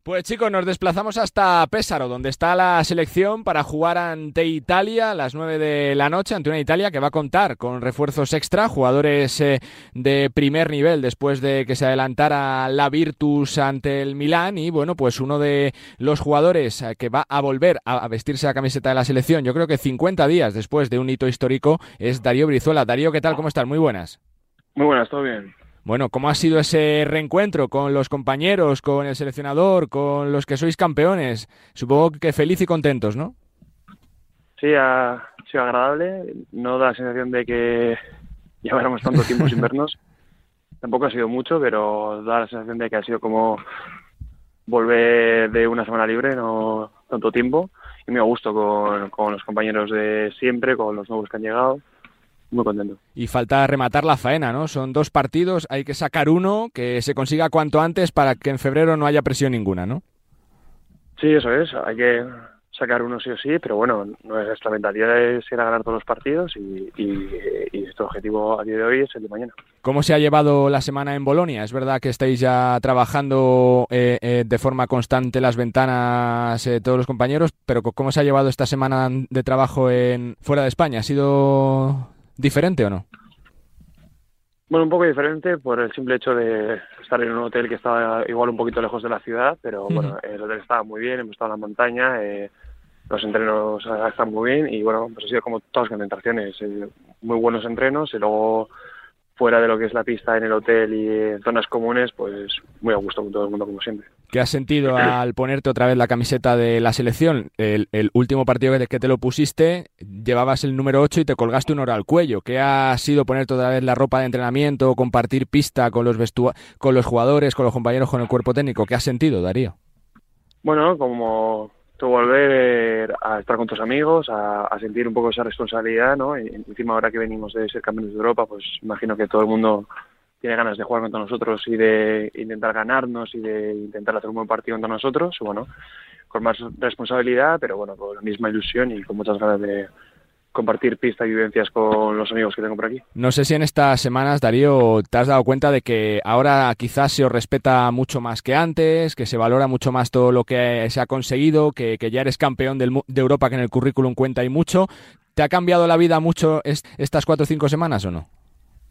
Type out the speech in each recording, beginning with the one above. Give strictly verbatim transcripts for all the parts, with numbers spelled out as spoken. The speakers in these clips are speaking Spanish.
Pues chicos, nos desplazamos hasta Pésaro, donde está la selección para jugar ante Italia a las nueve de la noche, ante una Italia que va a contar con refuerzos extra, jugadores eh, de primer nivel después de que se adelantara la Virtus ante el Milán y bueno, pues uno de los jugadores eh, que va a volver a, a vestirse la camiseta de la selección, yo creo que cincuenta días después de un hito histórico, es Darío Brizuela. Darío, ¿qué tal? ¿Cómo estás? Muy buenas. Muy buenas, todo bien. Bueno, ¿cómo ha sido ese reencuentro con los compañeros, con el seleccionador, con los que sois campeones? Supongo que feliz y contentos, ¿no? Sí, ha sido agradable. No da la sensación de que lleváramos tanto tiempo sin vernos. Tampoco ha sido mucho, pero da la sensación de que ha sido como volver de una semana libre, no tanto tiempo. Y muy a gusto con, con los compañeros de siempre, con los nuevos que han llegado. Muy contento. Y falta rematar la faena, ¿no? Son dos partidos, hay que sacar uno, que se consiga cuanto antes para que en febrero no haya presión ninguna, ¿no? Sí, eso es. Hay que sacar uno sí o sí, pero bueno, nuestra mentalidad es ir a ganar todos los partidos y, y, y nuestro objetivo a día de hoy es el de mañana. ¿Cómo se ha llevado la semana en Bolonia? Es verdad que estáis ya trabajando eh, eh, de forma constante las ventanas eh, todos los compañeros, pero ¿cómo se ha llevado esta semana de trabajo en fuera de España? ¿Ha sido diferente o no? Bueno, un poco diferente por el simple hecho de estar en un hotel que estaba igual un poquito lejos de la ciudad, pero uh-huh. Bueno, el hotel estaba muy bien, hemos estado en la montaña, eh, los entrenos están muy bien y bueno, pues ha sido como todas las concentraciones, eh, muy buenos entrenos y luego fuera de lo que es la pista en el hotel y en zonas comunes, pues muy a gusto con todo el mundo como siempre. ¿Qué has sentido al ponerte otra vez la camiseta de la selección? El, el último partido que te, que te lo pusiste, llevabas el número ocho y te colgaste un oro al cuello. ¿Qué ha sido ponerte otra vez la ropa de entrenamiento, compartir pista con los vestu- con los jugadores, con los compañeros, con el cuerpo técnico? ¿Qué has sentido, Darío? Bueno, como tú volver a estar con tus amigos, a, a sentir un poco esa responsabilidad, ¿no? Y encima ahora que venimos de ser campeones de Europa, pues imagino que todo el mundo tiene ganas de jugar contra nosotros y de intentar ganarnos y de intentar hacer un buen partido contra nosotros, bueno, con más responsabilidad, pero bueno, con la misma ilusión y con muchas ganas de compartir pista y vivencias con los amigos que tengo por aquí. No sé si en estas semanas, Darío, te has dado cuenta de que ahora quizás se os respeta mucho más que antes, que se valora mucho más todo lo que se ha conseguido, que, que ya eres campeón del, de Europa, que en el currículum cuenta y mucho. ¿Te ha cambiado la vida mucho est- estas cuatro o cinco semanas o no?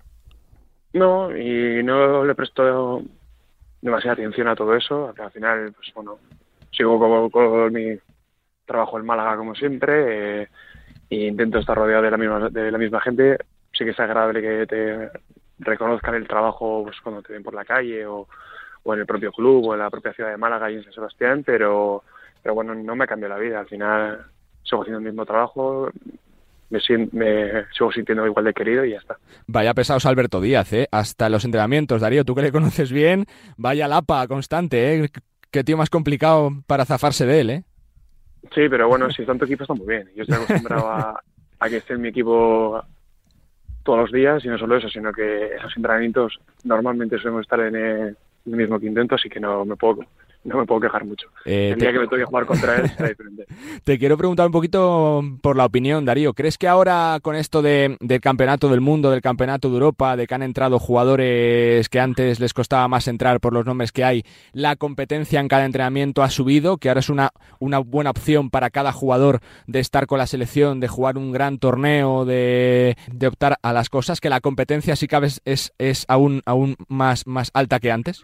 No, y no le presto demasiada atención a todo eso. Al final, pues bueno, sigo con, con mi trabajo en Málaga como siempre eh, e intento estar rodeado de la misma de la misma gente. Sí que es agradable que te reconozcan el trabajo pues, cuando te ven por la calle o, o en el propio club o en la propia ciudad de Málaga y en San Sebastián, pero, pero bueno, no me cambió la vida. Al final sigo haciendo el mismo trabajo. Me, me sigo sintiendo igual de querido y ya está. Vaya pesados Alberto Díaz, ¿eh? Hasta los entrenamientos, Darío, tú que le conoces bien, vaya lapa constante, ¿eh? Qué tío más complicado para zafarse de él, ¿eh? Sí, pero bueno, si está en tu equipo está muy bien. Yo estoy acostumbrado a, a que esté en mi equipo todos los días y no solo eso, sino que esos entrenamientos normalmente solemos estar en el mismo quinteto, así que no me puedo... No me puedo quejar mucho. Eh, el día te... que me toque jugar contra él será diferente. Te quiero preguntar un poquito por la opinión, Darío. ¿Crees que ahora con esto de, del campeonato del mundo, del campeonato de Europa, de que han entrado jugadores que antes les costaba más entrar por los nombres que hay, la competencia en cada entrenamiento ha subido, que ahora es una, una buena opción para cada jugador de estar con la selección, de jugar un gran torneo, de, de optar a las cosas, que la competencia, si cabe, es, es aún, aún más, más alta que antes?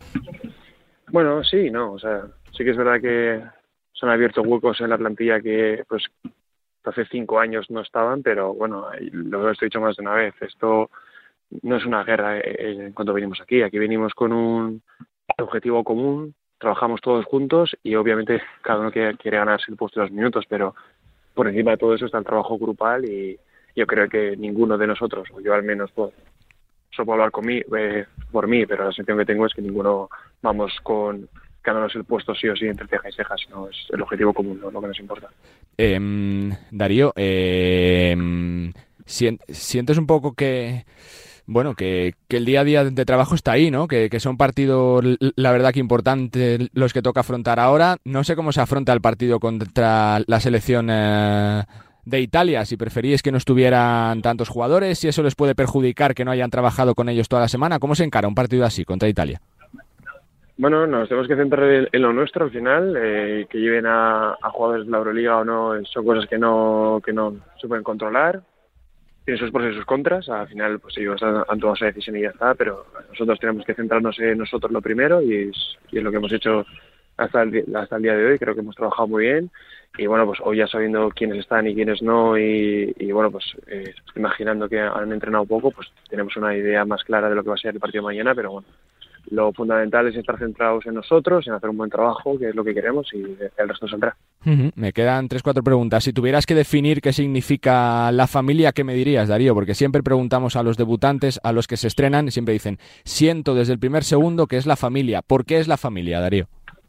Bueno, sí, no, o sea, sí que es verdad que se han abierto huecos en la plantilla que pues hace cinco años no estaban, pero bueno, lo he dicho más de una vez, esto no es una guerra en cuanto venimos aquí, aquí venimos con un objetivo común, trabajamos todos juntos y obviamente cada uno quiere, quiere ganarse el puesto de los minutos, pero por encima de todo eso está el trabajo grupal y yo creo que ninguno de nosotros, o yo al menos, pues, solo puedo hablar con mí, eh, por mí, pero la sensación que tengo es que ninguno vamos con ganarnos el puesto sí o sí entre ceja y ceja, sino es el objetivo común, ¿no? Lo que nos importa. Eh, Darío, eh, ¿sientes un poco que, bueno, que, que el día a día de trabajo está ahí, ¿no? Que, que son partidos, la verdad que importantes los que toca afrontar ahora? No sé cómo se afronta el partido contra la selección eh, de Italia, si preferís que no estuvieran tantos jugadores, si eso les puede perjudicar que no hayan trabajado con ellos toda la semana. ¿Cómo se encara un partido así contra Italia? Bueno, nos tenemos que centrar en, en lo nuestro al final, eh, que lleven a, a jugadores de la Euroliga o no, son cosas que no que no se pueden controlar, tienen sus pros y sus contras, al final pues ellos han, han tomado esa decisión y ya está, pero nosotros tenemos que centrarnos en nosotros lo primero y es, y es lo que hemos hecho hasta el, hasta el día de hoy, creo que hemos trabajado muy bien y bueno, pues hoy ya sabiendo quiénes están y quiénes no y, y bueno, pues eh, imaginando que han entrenado poco, pues tenemos una idea más clara de lo que va a ser el partido de mañana, pero bueno, lo fundamental es estar centrados en nosotros, en hacer un buen trabajo, que es lo que queremos, y el resto saldrá. Uh-huh. Me quedan tres, cuatro preguntas. Si tuvieras que definir qué significa la familia, ¿qué me dirías, Darío? Porque siempre preguntamos a los debutantes, a los que se estrenan, y siempre dicen, siento desde el primer segundo que es la familia. ¿Por qué es la familia, Darío?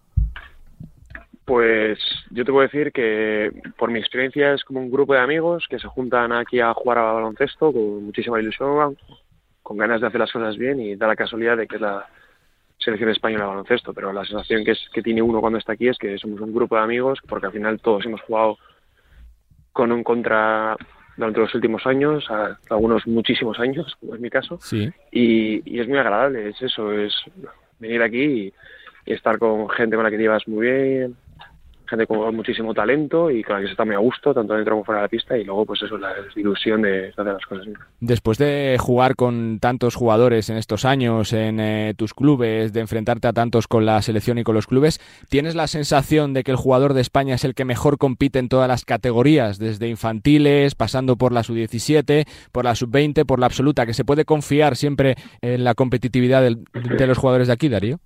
Pues yo te puedo decir que por mi experiencia es como un grupo de amigos que se juntan aquí a jugar a baloncesto con muchísima ilusión, con ganas de hacer las cosas bien y da la casualidad de que es la selección española de baloncesto, pero la sensación que, es, que tiene uno cuando está aquí es que somos un grupo de amigos, porque al final todos hemos jugado con un contra durante los últimos años, a, algunos muchísimos años, como es mi caso, sí. y, y es muy agradable, es eso, es venir aquí y, y estar con gente con la que te llevas muy bien, gente con muchísimo talento y con la que se está muy a gusto, tanto dentro como fuera de la pista, y luego pues eso, la ilusión de hacer las cosas bien. Después de jugar con tantos jugadores en estos años, en eh, tus clubes, de enfrentarte a tantos con la selección y con los clubes, ¿tienes la sensación de que el jugador de España es el que mejor compite en todas las categorías, desde infantiles, pasando por la sub diecisiete, por la sub veinte, por la absoluta, que se puede confiar siempre en la competitividad del, de los jugadores de aquí, Darío?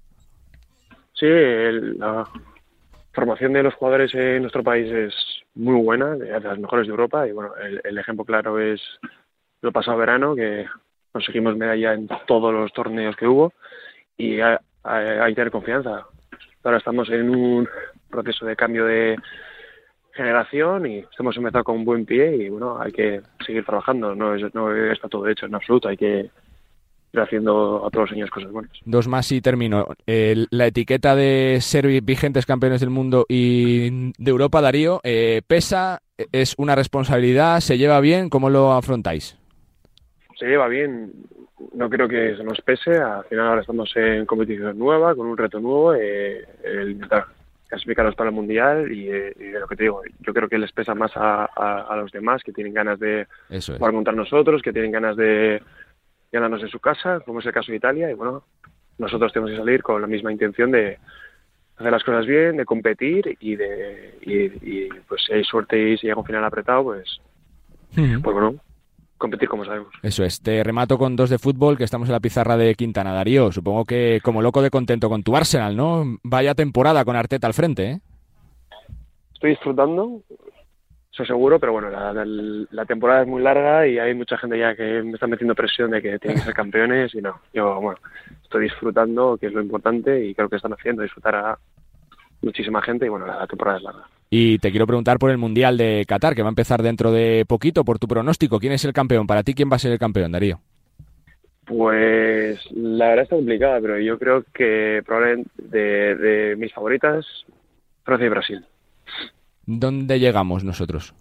Sí, el, la formación de los jugadores en nuestro país es muy buena, de las mejores de Europa, y bueno, el, el ejemplo claro es el pasado verano, que conseguimos medalla en todos los torneos que hubo, y hay, hay que tener confianza. Ahora estamos en un proceso de cambio de generación y hemos empezado con un buen pie y bueno, hay que seguir trabajando, no, es, no está todo hecho en absoluto, hay que ir haciendo a todos los años cosas buenas. Dos más y termino. Eh, la etiqueta de ser vigentes campeones del mundo y de Europa, Darío, eh, ¿pesa? ¿Es una responsabilidad? ¿Se lleva bien? ¿Cómo lo afrontáis? Se lleva bien. No creo que se nos pese. Al final ahora estamos en competición nueva, con un reto nuevo, eh, el intentar clasificarnos para el Mundial y, eh, y lo que te digo, yo creo que les pesa más a, a, a los demás, que tienen ganas de Eso es. jugar contra nosotros, que tienen ganas de ganarnos en su casa, como es el caso de Italia, y bueno, nosotros tenemos que salir con la misma intención de hacer las cosas bien, de competir y de y, y pues si hay suerte y si llega un final apretado, pues, uh-huh. pues bueno, competir como sabemos. Eso es. Te remato con dos de fútbol, que estamos en la pizarra de Quintana. Darío, supongo que como loco de contento con tu Arsenal, ¿no? Vaya temporada con Arteta al frente, ¿eh? Estoy disfrutando, eso seguro, pero bueno, la, la, la temporada es muy larga y hay mucha gente ya que me está metiendo presión de que tienen que ser campeones y no. Yo, bueno, estoy disfrutando, que es lo importante, y creo que están haciendo disfrutar a muchísima gente y bueno, la, la temporada es larga. Y te quiero preguntar por el Mundial de Qatar, que va a empezar dentro de poquito, por tu pronóstico. ¿Quién es el campeón? Para ti, ¿quién va a ser el campeón, Darío? Pues la verdad está complicada, pero yo creo que probablemente de, de mis favoritas, Francia y Brasil. ¿Dónde llegamos nosotros?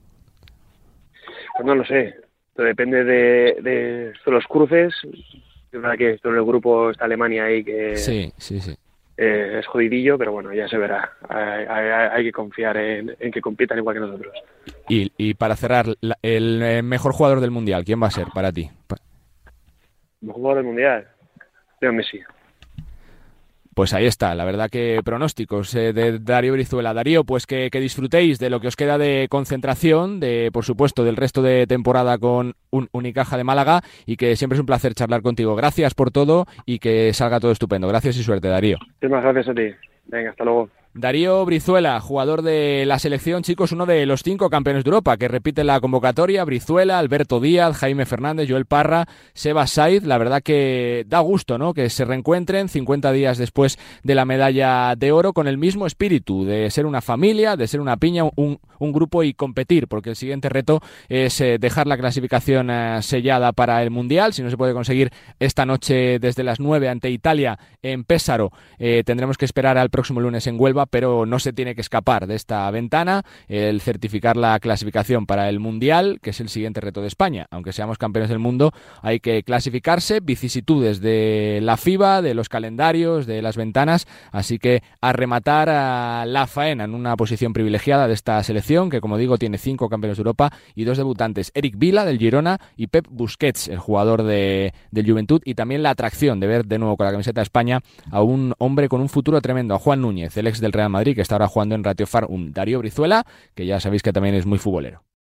Pues no lo sé. Todo depende de, de, de los cruces. Es verdad que todo el grupo está Alemania ahí, que sí, sí, sí. Eh, es jodidillo, pero bueno, ya se verá. Hay, hay, hay que confiar en, en que compitan igual que nosotros. Y, y para cerrar, la, el mejor jugador del Mundial, ¿quién va a ser para ti? ¿El mejor jugador del Mundial? Leo Messi. Pues ahí está, la verdad que pronósticos eh, de Darío Brizuela. Darío, pues que, que disfrutéis de lo que os queda de concentración, de por supuesto del resto de temporada con un Unicaja de Málaga, y que siempre es un placer charlar contigo. Gracias por todo y que salga todo estupendo. Gracias y suerte, Darío. Muchas gracias a ti. Venga, hasta luego. Darío Brizuela, jugador de la selección, chicos, uno de los cinco campeones de Europa que repite la convocatoria. Brizuela, Alberto Díaz, Jaime Fernández, Joel Parra, Sebas Saiz. La verdad que da gusto, ¿no?, que se reencuentren cincuenta días después de la medalla de oro con el mismo espíritu de ser una familia, de ser una piña, un, un grupo y competir, porque el siguiente reto es eh, dejar la clasificación eh, sellada para el Mundial. Si no se puede conseguir esta noche desde las nueve ante Italia en Pésaro, eh, tendremos que esperar al próximo lunes en Huelva, pero no se tiene que escapar de esta ventana el certificar la clasificación para el Mundial, que es el siguiente reto de España. Aunque seamos campeones del mundo, hay que clasificarse, vicisitudes de la FIBA, de los calendarios, de las ventanas, así que a rematar a la faena en una posición privilegiada de esta selección, que como digo tiene cinco campeones de Europa y dos debutantes, Eric Vila del Girona y Pep Busquets, el jugador de, del Juventud, y también la atracción de ver de nuevo con la camiseta de España a un hombre con un futuro tremendo, a Juan Núñez, el ex del Real Madrid, que está ahora jugando en Ratio Farm, un Darío Brizuela, que ya sabéis que también es muy futbolero.